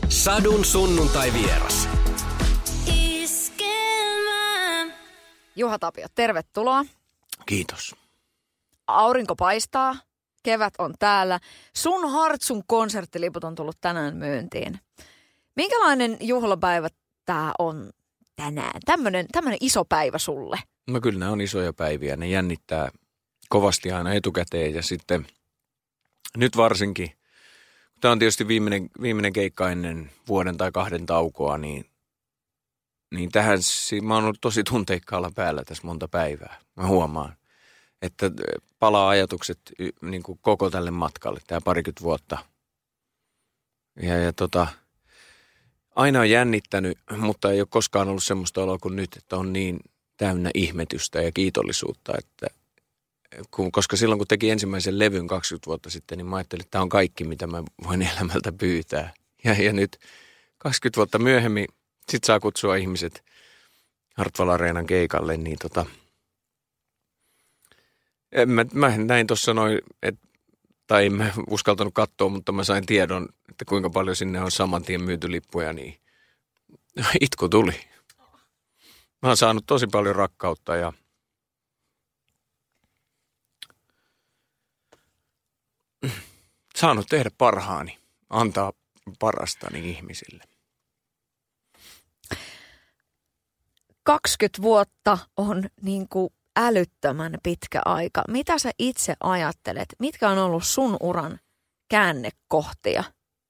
Sadun sunnuntai vieras. Juha Tapio, tervetuloa. Kiitos. Aurinko paistaa, kevät on täällä. Sun Hartsun konserttiliput on tullut tänään myyntiin. Minkälainen juhlapäivä tää on tänään? Tämmönen iso päivä sulle. No kyllä nämä on isoja päiviä. Ne jännittää kovasti aina etukäteen ja sitten nyt varsinkin, kun tämä on tietysti viimeinen keikka ennen vuoden tai 2 taukoa, niin tähän mä oon ollut tosi tunteikkaalla päällä tässä monta päivää. Mä huomaan, että palaa ajatukset niin kuin koko tälle matkalle, tämä 20 vuotta. Aina on jännittänyt, mutta ei ole koskaan ollut semmoista oloa kuin nyt, että on niin täynnä ihmetystä ja kiitollisuutta, että koska silloin kun teki ensimmäisen levyn 20 vuotta sitten, niin mä ajattelin, että tämä on kaikki, mitä mä voin elämältä pyytää. Ja nyt 20 vuotta myöhemmin sit saa kutsua ihmiset Hartwall Areenan keikalle, niin mä näin tuossa noin, tai en mä uskaltanut katsoa, mutta mä sain tiedon, että kuinka paljon sinne on saman tien myyty lippuja, niin itku tuli. Mä oon saanut tosi paljon rakkautta ja saanut tehdä parhaani, antaa parastani ihmisille. 20 vuotta on niin kuin älyttömän pitkä aika. Mitä sä itse ajattelet? Mitkä on ollut sun uran käännekohtia?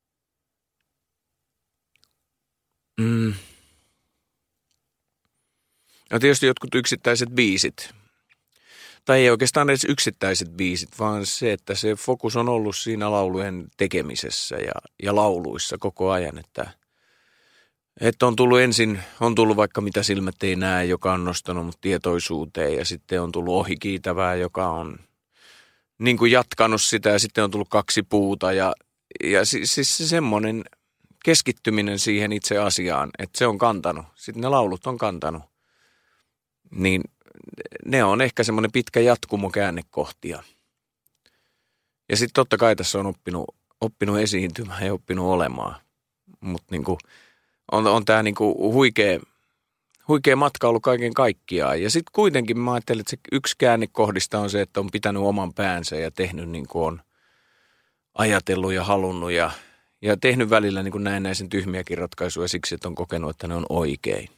No tietysti jotkut yksittäiset biisit. Tai ei oikeastaan edes yksittäiset biisit, vaan se, että se fokus on ollut siinä laulujen tekemisessä ja lauluissa koko ajan. Että on tullut vaikka mitä silmät ei näe, joka on nostanut mut tietoisuuteen ja sitten on tullut Ohikiitävää, joka on niin kuin jatkanut sitä ja sitten on tullut 2 puuta ja siis se semmoinen keskittyminen siihen itse asiaan, että se on kantanut. Sitten ne laulut on kantanut. Niin ne on ehkä semmoinen pitkä jatkumo käännekohtia. Ja sitten totta kai tässä on oppinut esiintymään ja oppinut olemaan. Mutta niinku on tämä niinku huikea matka ollut kaiken kaikkiaan. Ja sitten kuitenkin mä ajattelin, että se yksi käännekohdista on se, että on pitänyt oman päänsä ja tehnyt niin kuin on ajatellut ja halunnut ja tehnyt välillä niin kuin näennäisen tyhmiäkin ratkaisuja siksi, että on kokenut, että ne on oikein.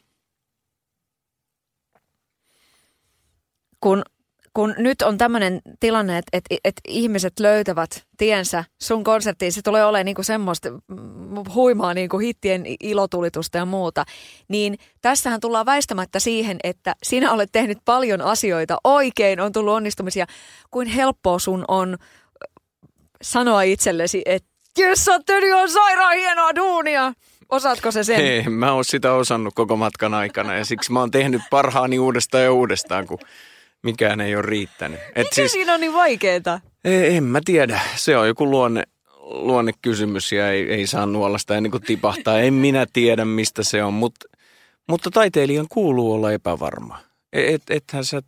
Kun nyt on tämmöinen tilanne, että ihmiset löytävät tiensä sun konserttiin, se tulee olemaan niinku semmoista huimaa niinku hittien ilotulitusta ja muuta, niin tässähän tullaan väistämättä siihen, että sinä olet tehnyt paljon asioita oikein, on tullut onnistumisia. Kuin helppoa sun on sanoa itsellesi, että jes, sä oot tehnyt ihan sairaan hienoa duunia. Osaatko se sen? Ei, mä oon sitä osannut koko matkan aikana ja siksi mä oon tehnyt parhaani uudestaan ja uudestaan, kun mikään ei ole riittänyt. Mikä siinä on niin vaikeeta? En mä tiedä. Se on joku luonnekysymys ja ei saa nuolasta ennen kuin tipahtaa. En minä tiedä, mistä se on, mutta taiteilijan kuuluu olla epävarma. Ethän sä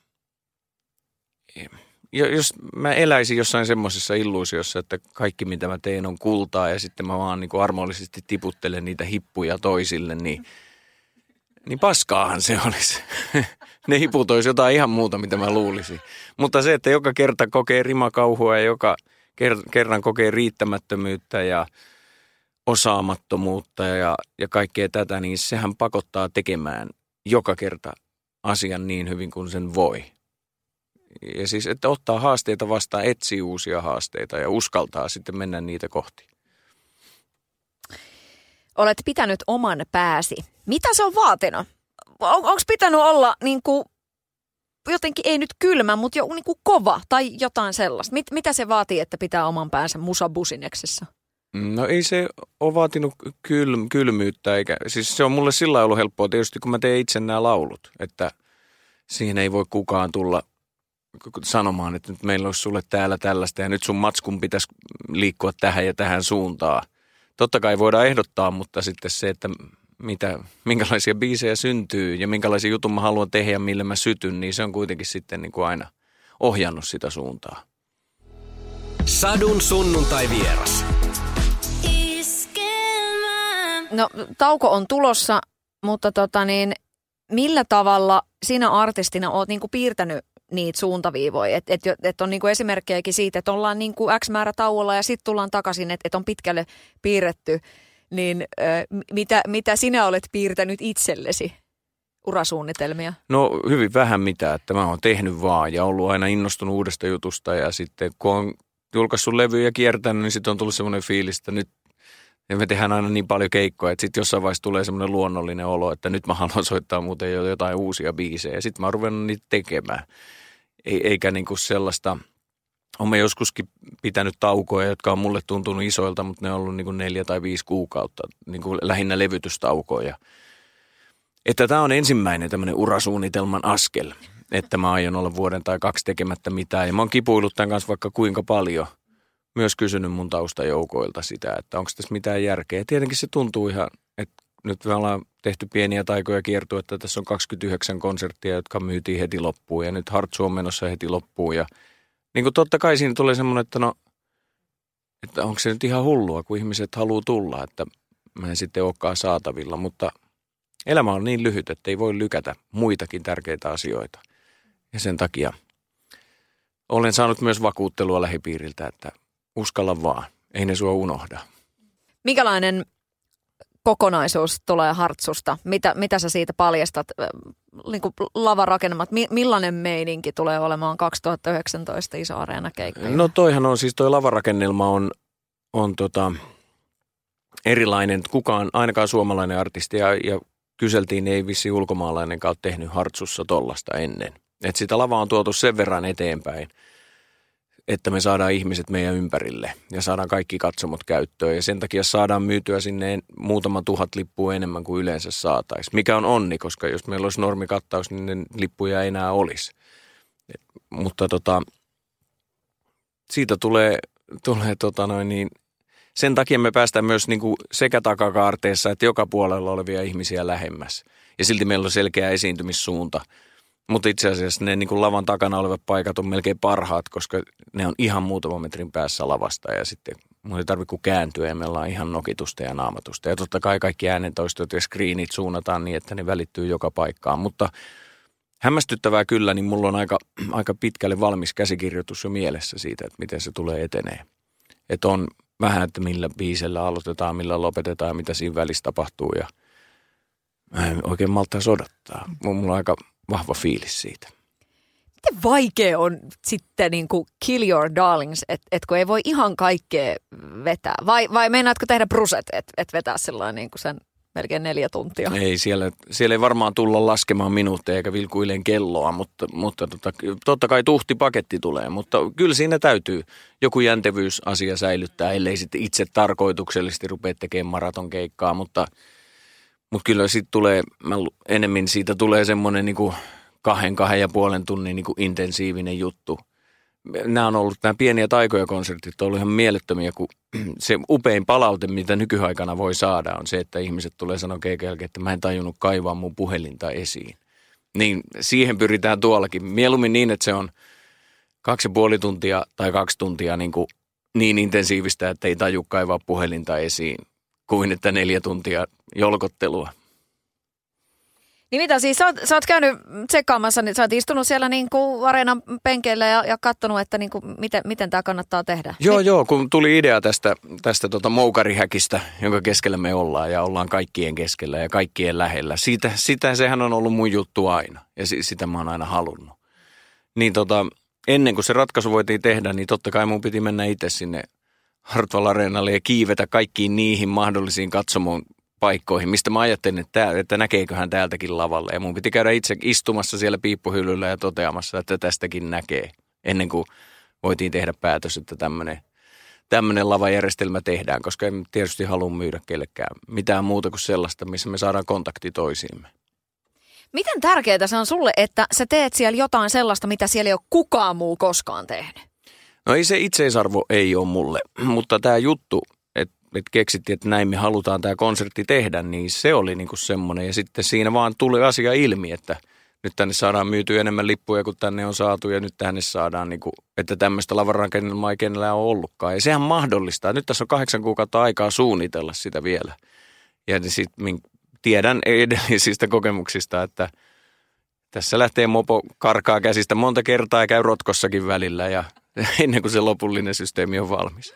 jos mä eläisin jossain semmoisessa illuusiossa, että kaikki mitä mä teen on kultaa ja sitten mä vaan niin kuin armollisesti tiputtelen niitä hippuja toisille, niin paskaahan se olisi. Ne hiput olisi jotain ihan muuta, mitä mä luulisin. Mutta se, että joka kerta kokee rimakauhua ja joka kerran kokee riittämättömyyttä ja osaamattomuutta ja kaikkea tätä, niin sehän pakottaa tekemään joka kerta asian niin hyvin kuin sen voi. Ja siis, että ottaa haasteita vastaan, etsii uusia haasteita ja uskaltaa sitten mennä niitä kohti. Olet pitänyt oman pääsi. Mitä se on vaatinut? Onko pitänyt olla niin kuin, jotenkin ei nyt kylmä, mutta jo niin kuin kova tai jotain sellaista? Mitä se vaatii, että pitää oman päänsä musabusineksessa? No ei se ole vaatinut kylmyyttä, siis se on mulle sillä lailla ollut helppoa tietysti, kun mä teen itse nämä laulut, että siihen ei voi kukaan tulla sanomaan, että nyt meillä olisi sulle täällä tällaista ja nyt sun matskun pitäisi liikkua tähän ja tähän suuntaan. Totta kai voidaan ehdottaa, mutta sitten se, että minkälaisia biisejä syntyy ja minkälaisia jutun mä haluan tehdä ja mille mä sytyn, niin se on kuitenkin sitten niin kuin aina ohjannut sitä suuntaa. Sadun sunnuntai vieras. No tauko on tulossa, mutta millä tavalla sinä artistina oot niinku piirtänyt niitä suuntaviivoja? Et on niinku esimerkkejäkin siitä, että ollaan niinku X määrä tauolla ja sitten tullaan takaisin, että on pitkälle piirretty. Niin mitä sinä olet piirtänyt itsellesi urasuunnitelmia? No hyvin vähän mitään, että mä oon tehnyt vaan ja ollut aina innostunut uudesta jutusta ja sitten kun on julkaissut levyjä ja kiertänyt, niin sitten on tullut semmoinen fiilis, että nyt me tehdään aina niin paljon keikkoja, että sitten jossain vaiheessa tulee semmoinen luonnollinen olo, että nyt mä haluan soittaa muuten jo jotain uusia biisejä ja sitten mä oon ruvennut niitä tekemään. Eikä niinku sellaista, olen mä joskuskin pitänyt taukoja, jotka on mulle tuntunut isoilta, mutta ne on ollut niinku 4 tai 5 kuukautta, niinku lähinnä levytystaukoja. Että tämä on ensimmäinen tämmöinen urasuunnitelman askel, että mä aion olla vuoden tai 2 tekemättä mitään. Ja mä oon kipuillut tämän kanssa vaikka kuinka paljon. Myös kysynyt mun taustajoukoilta sitä, että onko tässä mitään järkeä. Ja tietenkin se tuntuu ihan, että nyt me ollaan tehty pieniä taikoja kiertua, että tässä on 29 konserttia, jotka myytiin heti loppuun. Ja nyt Hartsu on menossa heti loppuun. Ja niin kuin totta kai siinä tulee semmoinen, että onko se nyt ihan hullua, kun ihmiset haluaa tulla, että mä en sitten olekaan saatavilla, mutta elämä on niin lyhyt, että ei voi lykätä muitakin tärkeitä asioita. Ja sen takia olen saanut myös vakuuttelua lähipiiriltä, että uskalla vaan, ei ne sua unohda. Minkälainen kokonaisuus tulee Hartsusta? Mitä sä siitä paljastat? Niin kuin lavarakennelmat, millainen meininki tulee olemaan 2019 iso areenakeikka? No toihan on siis, toi lavarakennelma on erilainen. Kukaan, ainakaan suomalainen artisti ja kyseltiin, ei vissi ulkomaalainenkaan ole tehnyt Hartsussa tollasta ennen. Että sitä lavaa on tuotu sen verran eteenpäin, että me saadaan ihmiset meidän ympärille ja saadaan kaikki katsomot käyttöön. Ja sen takia saadaan myytyä sinne muutama 1000 lippua enemmän kuin yleensä saataisiin. Mikä on onni, koska jos meillä olisi normikattaus, niin ne lippuja ei enää olisi. Mutta siitä tulee sen takia me päästään myös niin kuin sekä takakaarteessa että joka puolella olevia ihmisiä lähemmäs. Ja silti meillä on selkeä esiintymissuunta. Mutta itse asiassa ne niin kuin lavan takana olevat paikat on melkein parhaat, koska ne on ihan muutaman metrin päässä lavasta. Ja sitten mun ei tarvitse kuin kääntyä ja meillä on ihan nokitusta ja naamatusta. Ja totta kai kaikki äänentoistot ja screenit suunnataan niin, että ne välittyy joka paikkaan. Mutta hämmästyttävää kyllä, niin mulla on aika pitkälle valmis käsikirjoitus jo mielessä siitä, että miten se tulee etenee. Että on vähän, että millä biisellä aloitetaan, millä lopetetaan ja mitä siinä välissä tapahtuu. Ja mä en oikein malttaisi odottaa. Mulla on aika vahva fiilis siitä. Miten vaikea on sitten niin kuin kill your darlings, että kun ei voi ihan kaikkea vetää? Vai meinaatko tehdä bruset, että vetää sellainen niin kuin sen melkein 4 tuntia? Ei, siellä ei varmaan tulla laskemaan minuutteja eikä vilkuilleen kelloa, mutta totta kai tuhtipaketti tulee. Mutta kyllä siinä täytyy joku jäntevyysasia säilyttää, ellei sitten itse tarkoituksellisesti rupea tekemään maratonkeikkaa, mutta kyllä siitä tulee, enemmän siitä tulee semmoinen niin kuin 2-2,5 tunnin niin kuin intensiivinen juttu. Nämä pieniä taikoja-konsertit on ollut ihan mielettömiä, kun se upein palaute, mitä nykyaikana voi saada, on se, että ihmiset tulee sanoa keikan jälkeen, että mä en tajunnut kaivaa mun puhelinta esiin. Niin siihen pyritään tuollakin. Mieluummin niin, että se on 2,5 tuntia tai 2 tuntia niin intensiivistä, että ei taju kaivaa puhelinta esiin, kuin että 4 tuntia jolkottelua. Niin mitä siis, sä oot käynyt tsekkaamassa, niin sä oot istunut siellä niin kuin areenan penkeillä ja katsonut, että niin kuin miten tämä kannattaa tehdä. Joo, kun tuli idea tästä moukarihäkistä, jonka keskellä me ollaan ja ollaan kaikkien keskellä ja kaikkien lähellä. Sitä sehän on ollut mun juttu aina ja sitä mä oon aina halunnut. Niin ennen kuin se ratkaisu voitiin tehdä, niin totta kai mun piti mennä itse sinne Hartwall Areenalle ja kiivetä kaikkiin niihin mahdollisiin katsomoon paikkoihin, mistä mä ajattelin, että näkeeköhän täältäkin lavalle. Ja mun piti käydä itse istumassa siellä piippuhyllyllä ja toteamassa, että tästäkin näkee, ennen kuin voitiin tehdä päätös, että tämmöinen lavajärjestelmä tehdään, koska en tietysti halua myydä kellekään mitään muuta kuin sellaista, missä me saadaan kontakti toisiimme. Miten tärkeää se on sulle, että sä teet siellä jotain sellaista, mitä siellä ei ole kukaan muu koskaan tehnyt? No ei se itseisarvo ei ole mulle, mutta tämä juttu, että keksittiin, että näin me halutaan tämä konsertti tehdä, niin se oli niinku semmoinen. Ja sitten siinä vaan tuli asia ilmi, että nyt tänne saadaan myytyä enemmän lippuja kuin tänne on saatu ja nyt tänne saadaan, että tämmöistä lavarakennelmaa ei kenellään ole ollutkaan. Ja sehän mahdollistaa. Nyt tässä on 8 kuukautta aikaa suunnitella sitä vielä. Ja sitten tiedän edellisistä kokemuksista, että tässä lähtee mopo karkaa käsistä monta kertaa ja käy rotkossakin välillä ja ennen kuin se lopullinen systeemi on valmis.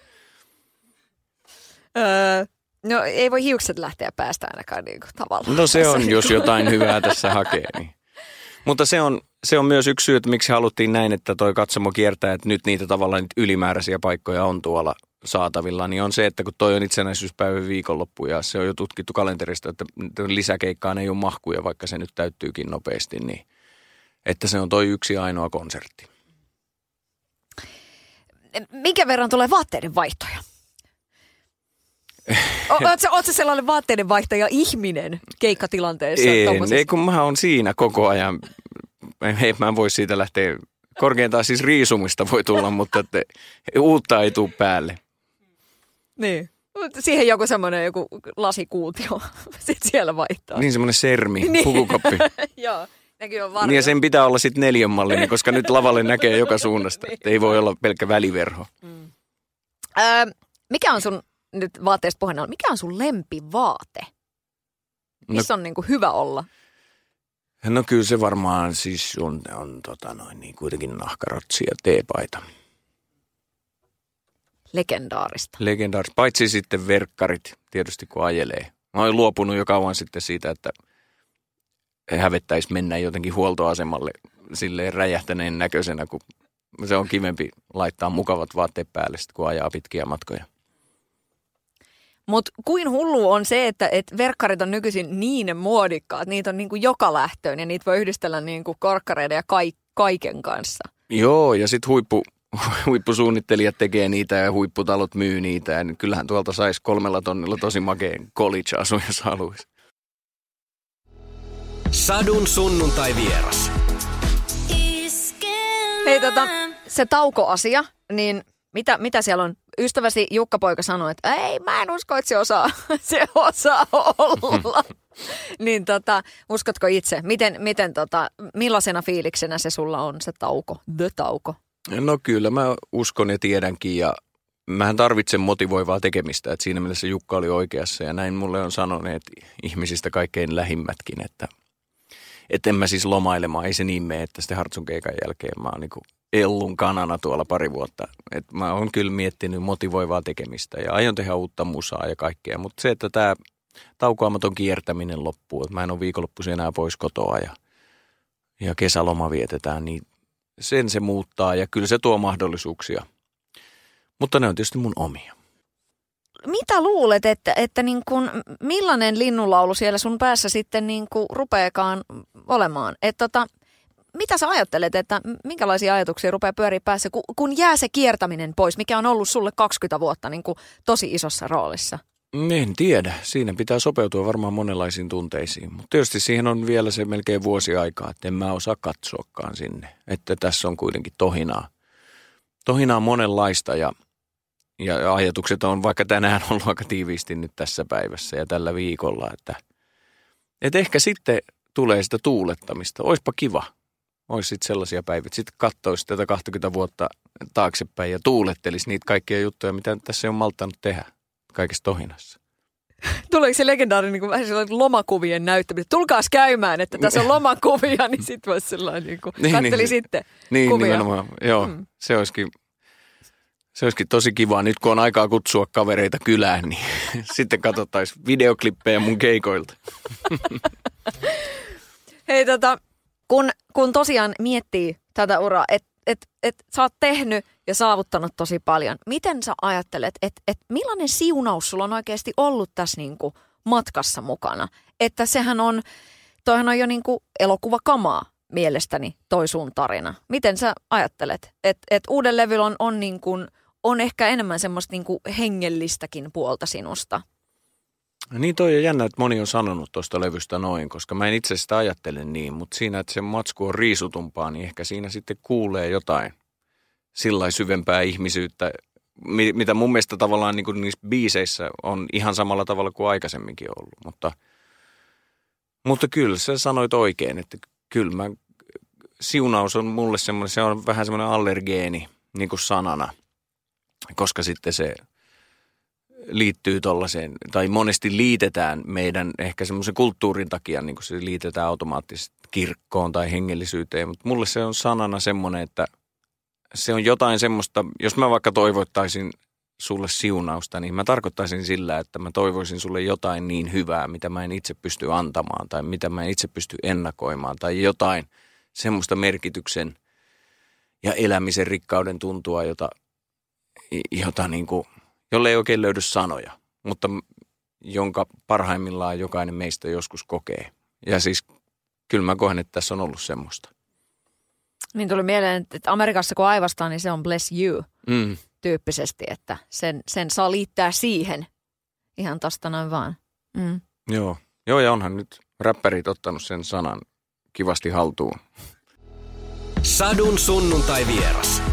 No ei voi hiukset lähteä päästä ainakaan niin kuin tavallaan. No se on, jos jotain hyvää tässä hakee. Niin. Mutta se on myös yksi syy, että miksi haluttiin näin, että toi katsomo kiertää, että nyt niitä tavallaan ylimääräisiä paikkoja on tuolla saatavilla, niin on se, että kun toi on itsenäisyyspäivän viikonloppu ja se on jo tutkittu kalenterista, että lisäkeikkaan ei ole mahkuja, vaikka se nyt täyttyykin nopeasti, niin että se on toi yksi ainoa konsertti. Minkä verran tulee vaatteiden vaihtoja? Ootko sellainen vaatteiden vaihtaja ihminen keikkatilanteessa? Ei, kun mä oon siinä koko ajan. Ei, mä en voi siitä lähteä. Korkeintaan siis riisumista voi tulla, mutta että uutta ei tule päälle. Niin. Siihen joku lasikuutio sitten siellä vaihtaa. Niin semmoinen sermi, pukukoppi. Joo, nekin on varjo. Niin ja sen pitää olla sitten 4-mallinen, koska nyt lavalle näkee joka suunnasta. Että ei voi olla pelkkä väliverho. Mikä on sun, nyt vaatteesta puheena, mikä on sun lempivaate? Missä on niinku hyvä olla? No kyllä se varmaan siis on niin kuitenkin nahkarotsi ja teepaita. Legendaarista. Paitsi sitten verkkarit, tietysti kun ajelee. Mä oon luopunut jo kauan sitten siitä, että hävettäisi mennä jotenkin huoltoasemalle silleen räjähtäneen näköisenä, kun se on kivempi laittaa mukavat vaatteet päälle, kun ajaa pitkiä matkoja. Mutta kuin hullu on se, että verkkarit on nykyisin niin muodikkaat, niitä on niinku joka lähtöön ja niitä voi yhdistellä niinku korkkareiden ja kaiken kanssa. Joo, ja sitten huippusuunnittelijat tekee niitä ja huipputalot myy niitä. Ja kyllähän tuolta saisi 3 000 tosi makeen college-asun, jos haluaisi. Sadun sunnuntai vieras. Hei se taukoasia, niin mitä siellä on? Ystäväsi Jukka-poika sanoi, että ei, mä en usko, että se osaa olla. Niin uskotko itse? Millaisena fiiliksenä se sulla on, se tauko, the tauko? No kyllä, mä uskon ja tiedänkin ja mähän tarvitsen motivoivaa tekemistä, että siinä mielessä Jukka oli oikeassa ja näin mulle on sanoneet ihmisistä kaikkein lähimmätkin, että en mä siis lomailemaan, ei se niin mene, että sitten Hartsun keikan jälkeen mä oon niinku ellun kanana tuolla pari vuotta. Et mä oon kyllä miettinyt motivoivaa tekemistä ja aion tehdä uutta musaa ja kaikkea, mutta se, että tämä taukoamaton kiertäminen loppuu, että mä en ole viikonloppuisin enää pois kotoa ja kesäloma vietetään, niin se muuttaa ja kyllä se tuo mahdollisuuksia. Mutta ne on tietysti mun omia. Mitä luulet, että niin kun, millainen linnunlaulu siellä sun päässä sitten niin kun rupeakaan olemaan? Mitä sä ajattelet, että minkälaisia ajatuksia rupeaa pyöriä päässä, kun jää se kiertäminen pois, mikä on ollut sulle 20 vuotta niin kun tosi isossa roolissa? En tiedä. Siinä pitää sopeutua varmaan monenlaisiin tunteisiin. Mutta tietysti siihen on vielä se melkein vuosi aikaa, että en mä osaa katsoakaan sinne. Että tässä on kuitenkin tohinaa. Tohinaa monenlaista ja ajatukset on vaikka tänään ollut aika tiiviisti nyt tässä päivässä ja tällä viikolla. Että ehkä sitten tulee sitä tuulettamista. Oispa kiva. Ois sitten sellaisia päiviä. Sitten katsoisi tätä 20 vuotta taaksepäin ja tuulettelisi niitä kaikkia juttuja, mitä tässä ei ole malttanut tehdä. Kaikessa tohinassa. Tuleeko se legendaarinen niin vähän sellainen lomakuvien näyttäminen? Tulkaas käymään, että tässä on lomakuvia, niin sitten voisi sellainen niin kuin, katteli sitten kuvia. Nimenomaan, joo. Se olisikin tosi kiva. Nyt kun on aikaa kutsua kavereita kylään, niin sitten katsottaisiin videoklippejä mun keikoilta. Hei kun tosiaan miettii tätä uraa, että sä oot tehnyt ja saavuttanut tosi paljon. Miten sä ajattelet, että millainen siunaus sulla on oikeasti ollut tässä niinku matkassa mukana? Että toihan on jo niinku elokuvakamaa mielestäni toi sun tarina. Miten sä ajattelet, että uuden levyllä on ehkä enemmän semmoista niinku hengellistäkin puolta sinusta? Niin toi on jännä, että moni on sanonut tuosta levystä noin, koska mä en itse sitä ajattele niin, mutta siinä, että se matsku on riisutumpaa, niin ehkä siinä sitten kuulee jotain sillain syvempää ihmisyyttä, mitä mun mielestä tavallaan niin kuin niissä biiseissä on ihan samalla tavalla kuin aikaisemminkin ollut. Mutta kyllä sä sanoit oikein, että kyllä siunaus on mulle semmoinen, se on vähän semmoinen allergeeni niin kuin sanana, koska sitten liittyy tollaiseen, tai monesti liitetään meidän ehkä semmoisen kulttuurin takia, niin kuin se liitetään automaattisesti kirkkoon tai hengellisyyteen, mutta mulle se on sanana semmoinen, että se on jotain semmoista, jos mä vaikka toivottaisin sulle siunausta, niin mä tarkoittaisin sillä, että mä toivoisin sulle jotain niin hyvää, mitä mä en itse pysty antamaan tai mitä mä en itse pysty ennakoimaan tai jotain semmoista merkityksen ja elämisen rikkauden tuntua, jota niin kuin, jolle ei oikein löydy sanoja, mutta jonka parhaimmillaan jokainen meistä joskus kokee. Ja siis kyllä mä koen, että tässä on ollut semmoista. Niin tuli mieleen, että Amerikassa kun aivastaa, niin se on bless you tyyppisesti, että sen saa liittää siihen ihan tosta noin vaan. Joo, ja onhan nyt räppärit ottanut sen sanan kivasti haltuun. Sadun sunnuntai vieras.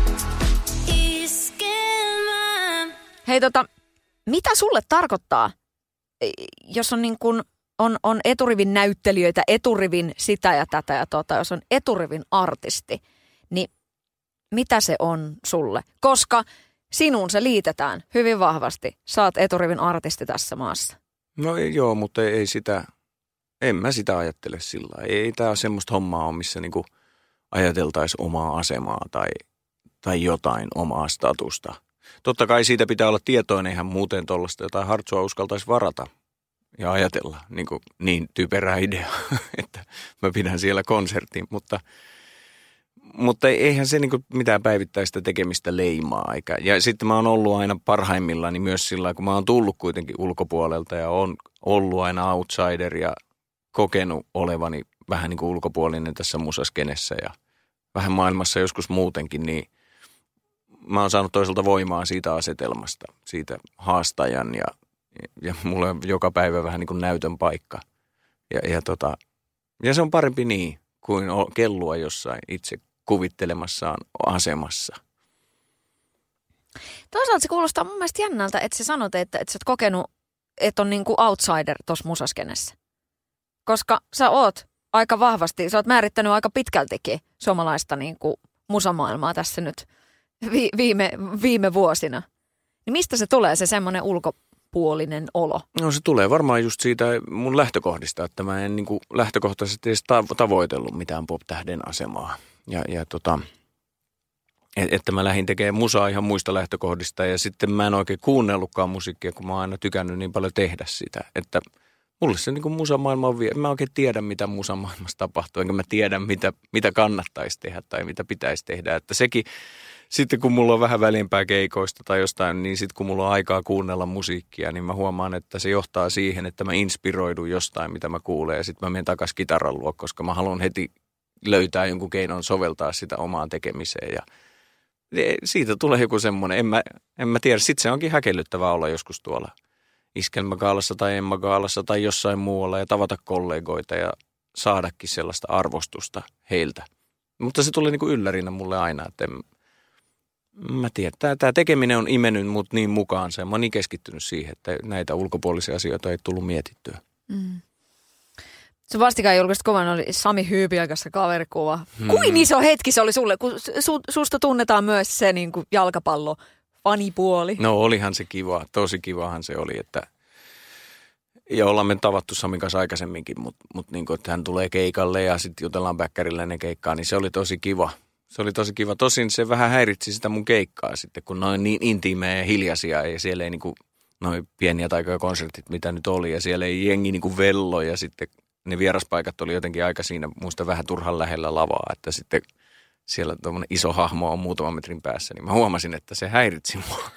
Hei mitä sulle tarkoittaa, jos on niin kuin on eturivin näyttelijöitä, eturivin sitä ja tätä ja jos on eturivin artisti, niin mitä se on sulle? Koska sinuun se liitetään hyvin vahvasti. Sä oot eturivin artisti tässä maassa. No joo, mutta en mä sitä ajattele sillä. Ei tää ole semmoista hommaa ole, missä niinku ajateltaisiin omaa asemaa tai jotain omaa statusta. Totta kai siitä pitää olla tietoinen, eihän muuten tuollaista jotain hartsua uskaltaisi varata ja ajatella niin typerää idea, että mä pidän siellä konsertin, mutta eihän se mitään päivittäistä tekemistä leimaa. Ja sitten mä oon ollut aina parhaimmillani myös sillä, kun mä oon tullut kuitenkin ulkopuolelta ja on ollut aina outsider ja kokenut olevani vähän niin kuin ulkopuolinen tässä musaskenessä ja vähän maailmassa joskus muutenkin, niin mä oon saanut toisaalta voimaa siitä asetelmasta, siitä haastajan ja mulle on joka päivä vähän niin kuin näytön paikka. Ja se on parempi niin kuin kellua jossain itse kuvittelemassaan asemassa. Toisaalta se kuulostaa mun mielestä jännältä, että sä sanot, että sä oot kokenut, että on niin kuin outsider tuossa musaskenessä. Koska sä oot aika vahvasti, sä oot määrittänyt aika pitkältikin suomalaista niin kuin musamaailmaa tässä nyt viime vuosina. Niin mistä se tulee se semmoinen ulkopuolinen olo? No se tulee varmaan just siitä mun lähtökohdista, että mä en niin kuin lähtökohtaisesti edes tavoitellut mitään pop-tähden asemaa. Että mä lähdin tekemään musaa ihan muista lähtökohdista ja sitten mä en oikein kuunnellutkaan musiikkia, kun mä oon aina tykännyt niin paljon tehdä sitä. Että mulle se niin kuin musamaailma on en mä oikein tiedä, mitä musamaailmassa tapahtuu, enkä mä tiedä, mitä kannattaisi tehdä tai mitä pitäisi tehdä. Että sekin, sitten kun mulla on vähän välimpää keikoista tai jostain, niin sitten kun mulla on aikaa kuunnella musiikkia, niin mä huomaan, että se johtaa siihen, että mä inspiroidun jostain, mitä mä kuulen ja sitten mä menen takaisin kitaran luo, koska mä haluan heti löytää jonkun keinon soveltaa sitä omaan tekemiseen ja siitä tulee joku semmoinen, en mä tiedä, sitten se onkin häkellyttävää olla joskus tuolla Iskelmägaalassa tai Emmagaalassa tai jossain muualla ja tavata kollegoita ja saadakin sellaista arvostusta heiltä. Mutta se tulee niin kuin yllärinä mulle aina, että mä tiedän, tämä tekeminen on imennyt mut niin mukaansa ja mä oon niin keskittynyt siihen, että näitä ulkopuolisia asioita ei tullut mietittyä. Sun vastikään julkaistu kuvan oli Sami Hyypiäkässä kaverikuva. Kuin iso hetki se oli sulle, kun susta tunnetaan myös se niin kuin jalkapallo fanipuoli. No olihan se kiva, tosi kivahan se oli, ja ollaan me tavattu Samin kanssa aikaisemminkin, mutta niin kuin, että hän tulee keikalle ja sitten jutellaan bäkkärillä ennen keikkaa, niin se oli tosi kiva. Se oli tosi kiva. Tosin se vähän häiritsi sitä mun keikkaa sitten, kun noin niin intiimejä ja hiljaisia ja siellä ei niin kuin noin pieniä taikoja konsertit, mitä nyt oli ja siellä ei jengi niin kuin vello ja sitten ne vieraspaikat oli jotenkin aika siinä muista vähän turhan lähellä lavaa, että sitten siellä tuommoinen iso hahmo on muutaman metrin päässä, niin mä huomasin, että se häiritsi mua.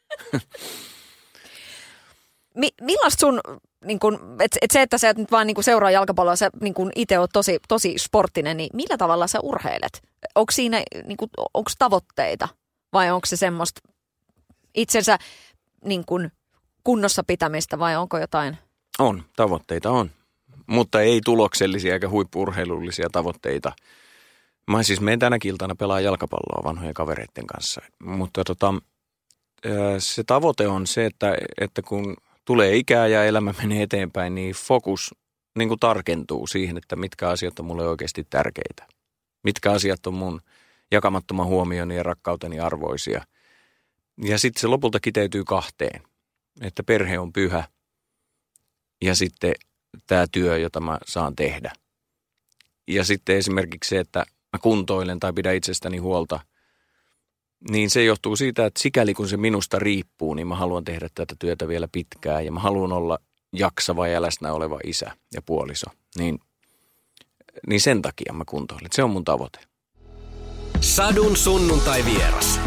Millaista sun, niin että sä et nyt vaan niin seuraa jalkapalloa, sä niin itse oot tosi sporttinen, niin millä tavalla sä urheilet? Onko siinä onko tavoitteita vai onko se semmoista itsensä niin kunnossa pitämistä vai onko jotain? On, tavoitteita on, mutta ei tuloksellisia eikä huippu-urheilullisia tavoitteita. Mä siis menen tänäkin iltana pelaa jalkapalloa vanhojen kavereiden kanssa, mutta se tavoite on se, että kun tulee ikää ja elämä menee eteenpäin, niin fokus niin kuin tarkentuu siihen, että mitkä asiat on mulle oikeasti tärkeitä. Mitkä asiat on mun jakamattoman huomioni ja rakkauteni arvoisia. Ja sitten se lopulta kiteytyy kahteen. että perhe on pyhä ja sitten tämä työ, jota mä saan tehdä. Ja sitten esimerkiksi se, että mä kuntoilen tai pidän itsestäni huolta, niin se johtuu siitä, että sikäli kun se minusta riippuu, niin mä haluan tehdä tätä työtä vielä pitkään ja mä haluan olla jaksava ja läsnä oleva isä ja puoliso. Niin sen takia mä kuntoilen. Se on mun tavoite. Sadun sunnuntai vieras.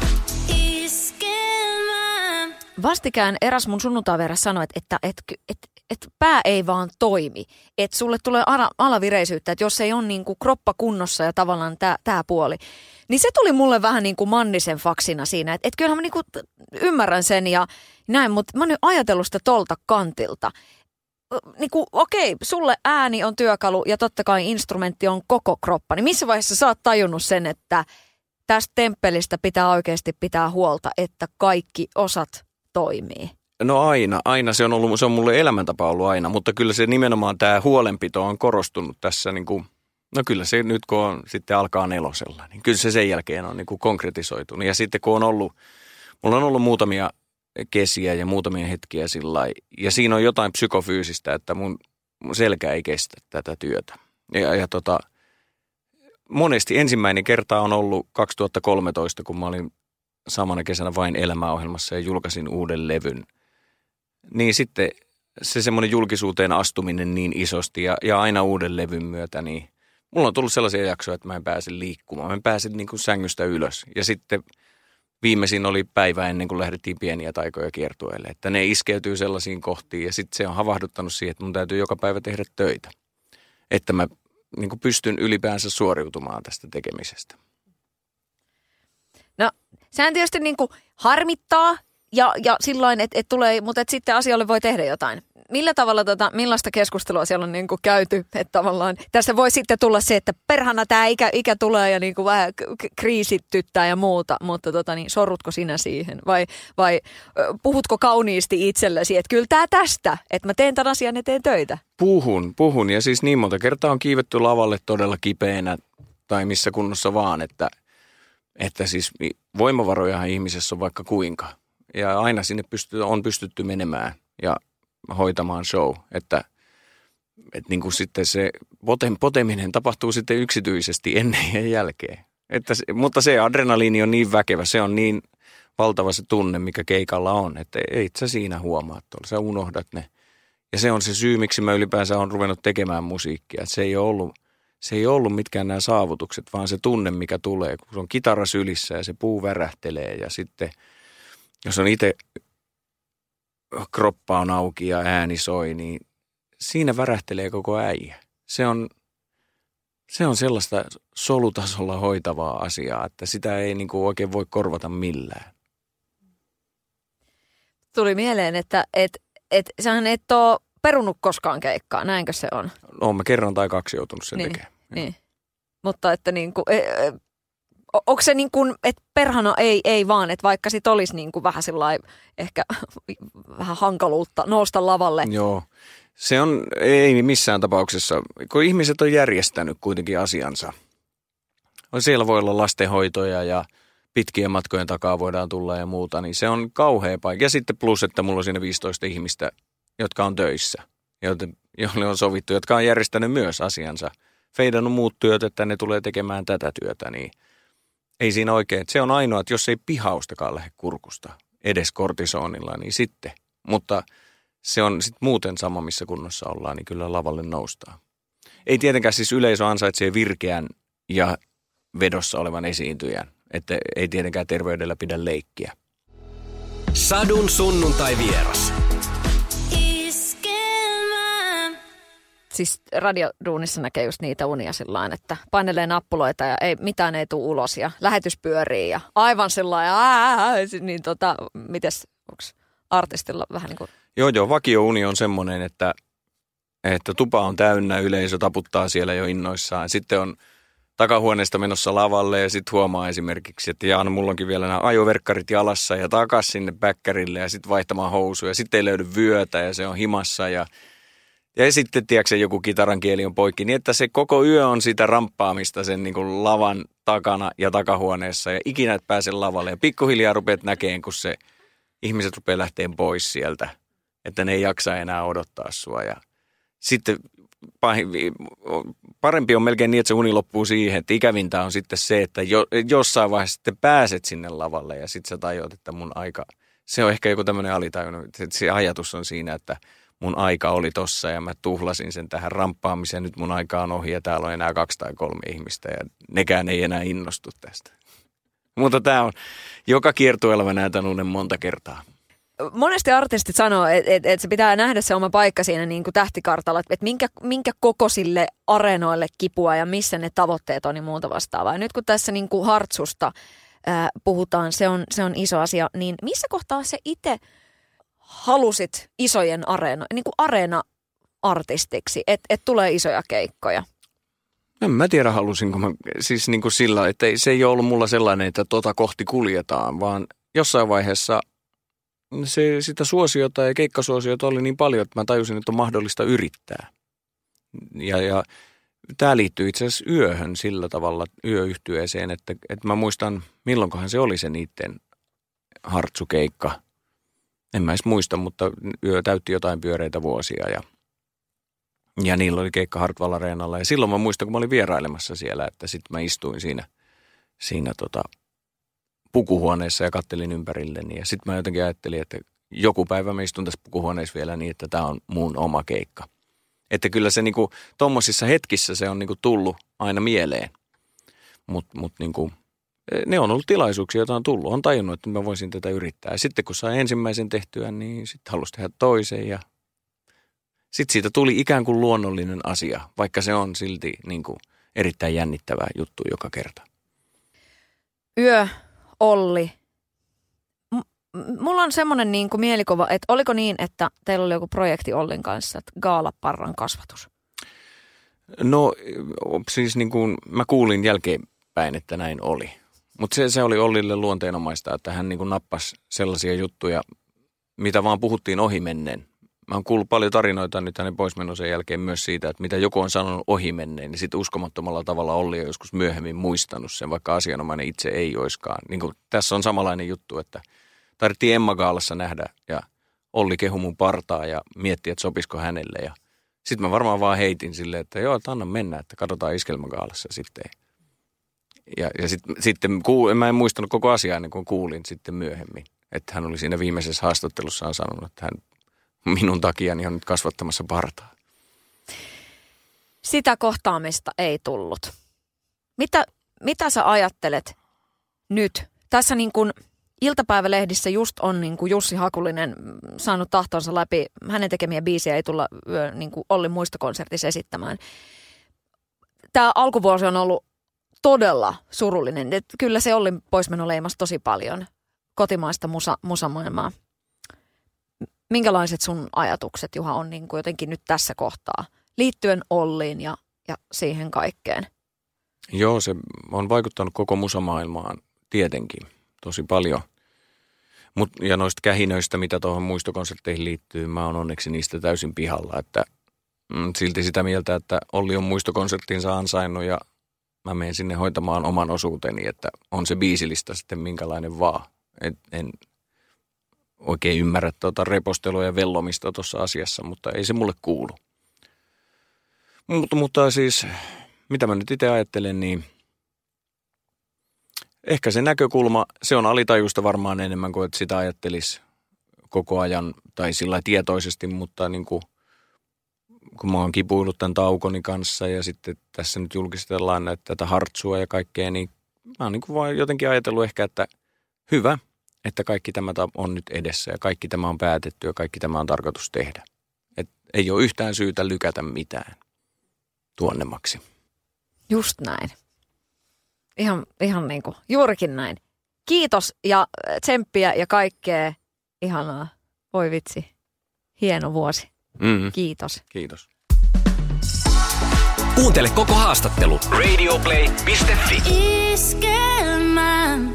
Vastikään eräs mun sunnuntaiveras sanoi, että pää ei vaan toimi. Että sulle tulee alavireisyyttä, että jos ei ole niin kuin kroppa kunnossa ja tavallaan tämä puoli. Niin se tuli mulle vähän niin kuin Mannisen faksina siinä. Että kyllähän mä niin kuin ymmärrän sen ja näin, mutta mä oon nyt ajatellut sitä tolta kantilta. Niin kuin, okei, sulle ääni on työkalu ja totta kai instrumentti on koko kroppa. Niin missä vaiheessa sä oot tajunnut sen, että tästä temppelistä pitää oikeasti pitää huolta, että kaikki osat toimii? No aina. Se on mulle elämäntapa ollut aina, mutta kyllä se nimenomaan tämä huolenpito on korostunut tässä niin kuin, no kyllä se nyt kun on, sitten alkaa 4, niin kyllä se sen jälkeen on niin kuin konkretisoitunut. Ja sitten kun mulla on ollut muutamia kesiä ja muutamia hetkiä sillä ja siinä on jotain psykofyysistä, että mun selkä ei kestä tätä työtä. Ja monesti ensimmäinen kerta on ollut 2013, kun mä olin samana kesänä Vain elämäohjelmassa ja julkaisin uuden levyn. Niin sitten se semmoinen julkisuuteen astuminen niin isosti ja aina uuden levyn myötä, niin mulla on tullut sellaisia jaksoja, että mä en pääse liikkumaan. Mä en pääse niin kuin sängystä ylös. Ja sitten viimeisin oli päivä ennen kuin lähdettiin Pieniä taikoja kiertueelle, että ne iskeytyy sellaisiin kohtiin ja sitten se on havahduttanut siihen, että mun täytyy joka päivä tehdä töitä, että mä niin kuin pystyn ylipäänsä suoriutumaan tästä tekemisestä. No, sehän tietysti niin kuin harmittaa ja sillain, että tulee, mutta että sitten asioille voi tehdä jotain. Millä tavalla millaista keskustelua siellä on niin kuin käyty, että tavallaan tässä voi sitten tulla se, että perhana tämä ikä tulee ja niin kuin vähän kriisittyttää ja muuta, mutta niin sorrutko sinä siihen vai puhutko kauniisti itsellesi, että kyllä tämä tästä, että mä teen tämän asian eteen töitä? Puhun ja siis niin monta kertaa on kiivetty lavalle todella kipeänä tai missä kunnossa vaan, että siis voimavarojahan ihmisessä on vaikka kuinka ja aina sinne on pystytty menemään ja hoitamaan show, että niin kuin sitten se poteminen tapahtuu sitten yksityisesti ennen ja jälkeen. Mutta se adrenaliini on niin väkevä, se on niin valtava se tunne, mikä keikalla on, että ei sä siinä huomaa tuolla, sä unohdat ne. Ja se on se syy, miksi mä ylipäänsä olen ruvennut tekemään musiikkia, että se ei ollut mitkään nämä saavutukset, vaan se tunne, mikä tulee, kun se on kitara sylissä ja se puu värähtelee ja sitten, jos on itse kroppa on auki ja ääni soi, niin siinä värähtelee koko äijä. Se on sellaista solutasolla hoitavaa asiaa, että sitä ei niin kuin oikein voi korvata millään. Tuli mieleen, että sähän et ole perunut koskaan keikkaa, näinkö se on? Olen mä kerran tai 2 joutunut sen tekemään. Niin. Mutta että niin kuin, onko se niin kuin, että perhana ei vaan, että vaikka sit olisi niin kuin vähän sellainen ehkä vähän hankaluutta nousta lavalle? Joo, se on, ei missään tapauksessa, kun ihmiset on järjestänyt kuitenkin asiansa. Siellä voi olla lastenhoitoja ja pitkien matkojen takaa voidaan tulla ja muuta, niin se on kauhea paikka. Ja sitten plus, että mulla on siinä 15 ihmistä, jotka on töissä, joille on sovittu, jotka on järjestänyt myös asiansa. Feidannut muut työt, että ne tulee tekemään tätä työtä, niin ei siinä oikein. Se on ainoa, että jos ei pihaustakaan lähde kurkusta, edes kortisonilla, niin sitten. Mutta se on sitten muuten sama, missä kunnossa ollaan, niin kyllä lavalle noustaan. Ei tietenkään siis yleisö ansaitsee virkeän ja vedossa olevan esiintyjän. Että ei tietenkään terveydellä pidä leikkiä. Sadun sunnuntai vieras. Siis radioduunissa näkee just niitä unia sillain, että painelee nappuloita ja mitään ei tule ulos ja lähetys pyörii ja aivan sillain, niin mites, onko artistilla vähän niin kuin? Joo, vakio-uni on semmoinen, että tupa on täynnä, yleisö taputtaa siellä jo innoissaan. Sitten on takahuoneesta menossa lavalle ja sitten huomaa esimerkiksi, että Jaan, mulla onkin vielä nämä ajoverkkarit jalassa ja takas sinne bäkkärille ja sitten vaihtamaan housuja. Sitten ei löydy vyötä ja se on himassa ja sitten, tiedätkö, joku kitaran kieli on poikki, niin että se koko yö on sitä ramppaamista sen niin kuin lavan takana ja takahuoneessa ja ikinä et pääse lavalle. Ja pikkuhiljaa rupeat näkemään, kun se ihmiset rupeaa lähteen pois sieltä, että ne ei jaksa enää odottaa sua. Ja sitten parempi on melkein niin, että se uni loppuu siihen, että ikävintä on sitten se, että jossain vaiheessa sitten pääset sinne lavalle ja sitten sä tajuat, että mun aika, se on ehkä joku tämmöinen alitajunut, että se ajatus on siinä, että mun aika oli tossa ja mä tuhlasin sen tähän ramppaamiseen, nyt mun aika on ohi ja täällä on enää 2 tai 3 ihmistä ja nekään ei enää innostu tästä. Mutta tää on, joka kiertueella mä näytän uuden monta kertaa. Monesti artistit sanoo, että se pitää nähdä se oma paikka siinä niin kuin tähtikartalla, että minkä kokoisille areenoille kipua ja missä ne tavoitteet on ja muuta vastaavaa. Ja nyt kun tässä niin kuin Hartsusta puhutaan, se on iso asia, niin missä kohtaa se itse halusit isojen niin kuin areena-artistiksi, että tulee isoja keikkoja? En mä tiedä, halusinko mä, siis niin kuin sillä, että se ei ole ollut mulla sellainen, että kohti kuljetaan, vaan jossain vaiheessa sitä suosiota ja keikkasuosiota oli niin paljon, että mä tajusin, että on mahdollista yrittää. Ja tämä liittyy itse asiassa yöhön sillä tavalla, yöyhtyeeseen, että mä muistan, milloinkohan se oli se niiden Hartsu-keikka. En mä edes muista, mutta yö täytti jotain pyöreitä vuosia ja niillä oli keikka Hartwall Areenalla. Ja silloin mä muistan, kun mä olin vierailemassa siellä, että sitten mä istuin siinä pukuhuoneessa ja kattelin ympärilleni. Ja sitten mä jotenkin ajattelin, että joku päivä mä istun tässä pukuhuoneessa vielä niin, että tämä on mun oma keikka. Että kyllä se niinku tommosissa hetkissä se on niinku tullut aina mieleen. Mut niinku, ne on ollut tilaisuuksia, joita on tullut. On tajunnut, että mä voisin tätä yrittää. Ja sitten kun sai ensimmäisen tehtyä, niin sitten halusi tehdä toisen. Ja sitten siitä tuli ikään kuin luonnollinen asia, vaikka se on silti niinku erittäin jännittävä juttu joka kerta. Yö, Olli. Mulla on semmoinen niin kuin mielikuva, että oliko niin, että teillä oli joku projekti Ollin kanssa, että gaalaparran kasvatus? No siis niin kuin mä kuulin jälkeenpäin, että näin oli. Mutta se oli Ollille luonteenomaista, että hän niin kuin nappasi sellaisia juttuja, mitä vaan puhuttiin ohimenneen. Mä oon kuullut paljon tarinoita nyt hänen poismenosen jälkeen myös siitä, että mitä joku on sanonut ohimenneen, niin sitten uskomattomalla tavalla Olli on joskus myöhemmin muistanut sen, vaikka asianomainen itse ei oiskaan. Niin kuin tässä on samanlainen juttu, että tarvittiin Emma-gaalassa nähdä ja Olli kehui mun partaa ja mietti, että sopisiko hänelle. Ja sitten mä varmaan vaan heitin silleen, että joo, että anna mennä, että katsotaan Iskelmägaalassa sitten. Ja sitten mä en muistanut koko asiaa ennen kuin kuulin sitten myöhemmin, että hän oli siinä viimeisessä haastattelussaan sanonut, että hän minun takiani on nyt kasvattamassa partaa. Sitä kohtaamista ei tullut. Mitä sä ajattelet nyt? Tässä niin kuin iltapäivälehdissä just on niin kuin Jussi Hakulinen saanut tahtonsa läpi. Hänen tekemiä biisejä ei tulla niin kuin Ollin muistokonsertissa esittämään. Tämä alkuvuosi on ollut todella surullinen. Et kyllä se Ollin poismeno leimasi tosi paljon kotimaista musamaailmaa. Minkälaiset sun ajatukset, Juha, on niin kuin jotenkin nyt tässä kohtaa liittyen Olliin ja siihen kaikkeen? Joo, se on vaikuttanut koko musamaailmaan tietenkin tosi paljon. Ja noista kähinöistä, mitä tuohon muistokonsertteihin liittyy, mä oon onneksi niistä täysin pihalla. Että silti sitä mieltä, että Olli on muistokonserttinsa ansainnut ja mä menen sinne hoitamaan oman osuuteni, että on se biisilista sitten minkälainen vaan. En oikein ymmärrä repostelua ja vellomista tuossa asiassa, mutta ei se mulle kuulu. Mutta siis, mitä mä nyt itse ajattelen, niin ehkä se näkökulma, se on alitajuista varmaan enemmän kuin että sitä ajattelisi koko ajan tai sillä tietoisesti, mutta niin kuin, kun mä oon kipuillut tämän taukoni kanssa ja sitten tässä nyt julkistellaan tätä Hartsua ja kaikkea, niin mä oon niin kuin vaan jotenkin ajatellut ehkä, että hyvä, että kaikki tämä on nyt edessä ja kaikki tämä on päätetty ja kaikki tämä on tarkoitus tehdä. Et ei ole yhtään syytä lykätä mitään tuonnemmaksi. Just näin. Ihan niin kuin juurikin näin. Kiitos ja tsemppiä ja kaikkea ihanaa. Voi vitsi. Hieno vuosi. Mm-hmm. Kiitos. Kiitos. Kuuntele koko haastattelu radioplay.fi. Iskelmä.